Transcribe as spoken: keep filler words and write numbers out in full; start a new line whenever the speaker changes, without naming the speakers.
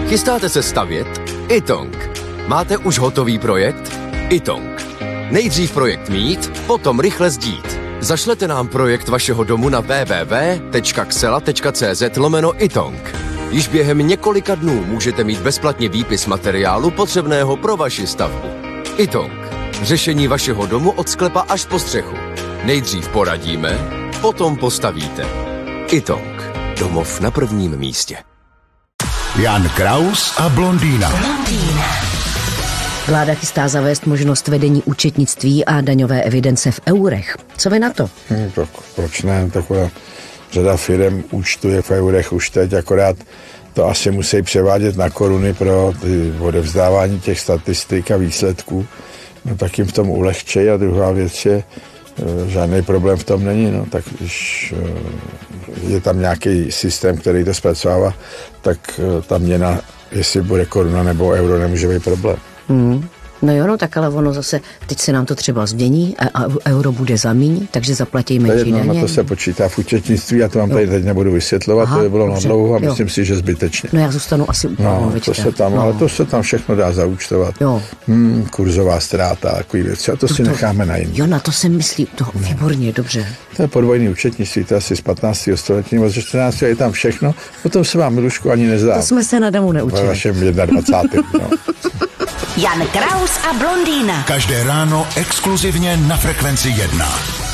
Chystáte se stavět? Itong. Máte už hotový projekt? Itong. Nejdřív projekt mít, potom rychle sdít. Zašlete nám projekt vašeho domu na w w w tečka xela tečka c z lomeno Itong. Již během několika dnů můžete mít bezplatně výpis materiálu potřebného pro vaši stavbu. Itong. Řešení vašeho domu od sklepa až po střechu. Nejdřív poradíme, potom postavíte. Itong. Domov na prvním místě.
Jan Kraus a blondýna.
Blondýna. Vláda chystá zavést možnost vedení účetnictví a daňové evidence v eurech. Co vy na to?
Hmm, tak proč ne? Taková řada firem účtuje v eurech už teď, akorát to asi musí převádět na koruny pro odevzdávání těch statistik a výsledků. No tak jim v tom ulehčej. A druhá věc je, žádný problém v tom není. No, tak když je tam nějaký systém, který to zpracovává, tak ta měna, jestli bude koruna nebo euro, nemůže být problém.
Hmm. No jo, no tak ale ono zase, teď se nám to třeba změní a euro bude za míň, takže zaplatí menší daně.
No, na to se počítá v účetnictví, já to vám tady teď nebudu vysvětlovat, Aha, to by bylo na dlouho a myslím jo. si, že zbytečně.
No já zůstanu asi u
no, to se tam, no. Ale to se tam všechno dá zaúčtovat. Jo. Hmm, kurzová ztráta, takový věci, a to, to si to, necháme na jiný.
Jo, na to jsem myslí, to no. Výborně, dobře.
To je podvojný účetnictví, to je asi z patnáctého století, nebo ze čtrnáctého je tam všechno, potom se vám, Milušku, ani nezdá.
To jsme se na damu neučili.
Ve vašem dvacátém No.
Jan Kraus a blondýna.
Každé ráno exkluzivně na Frekvenci jedna.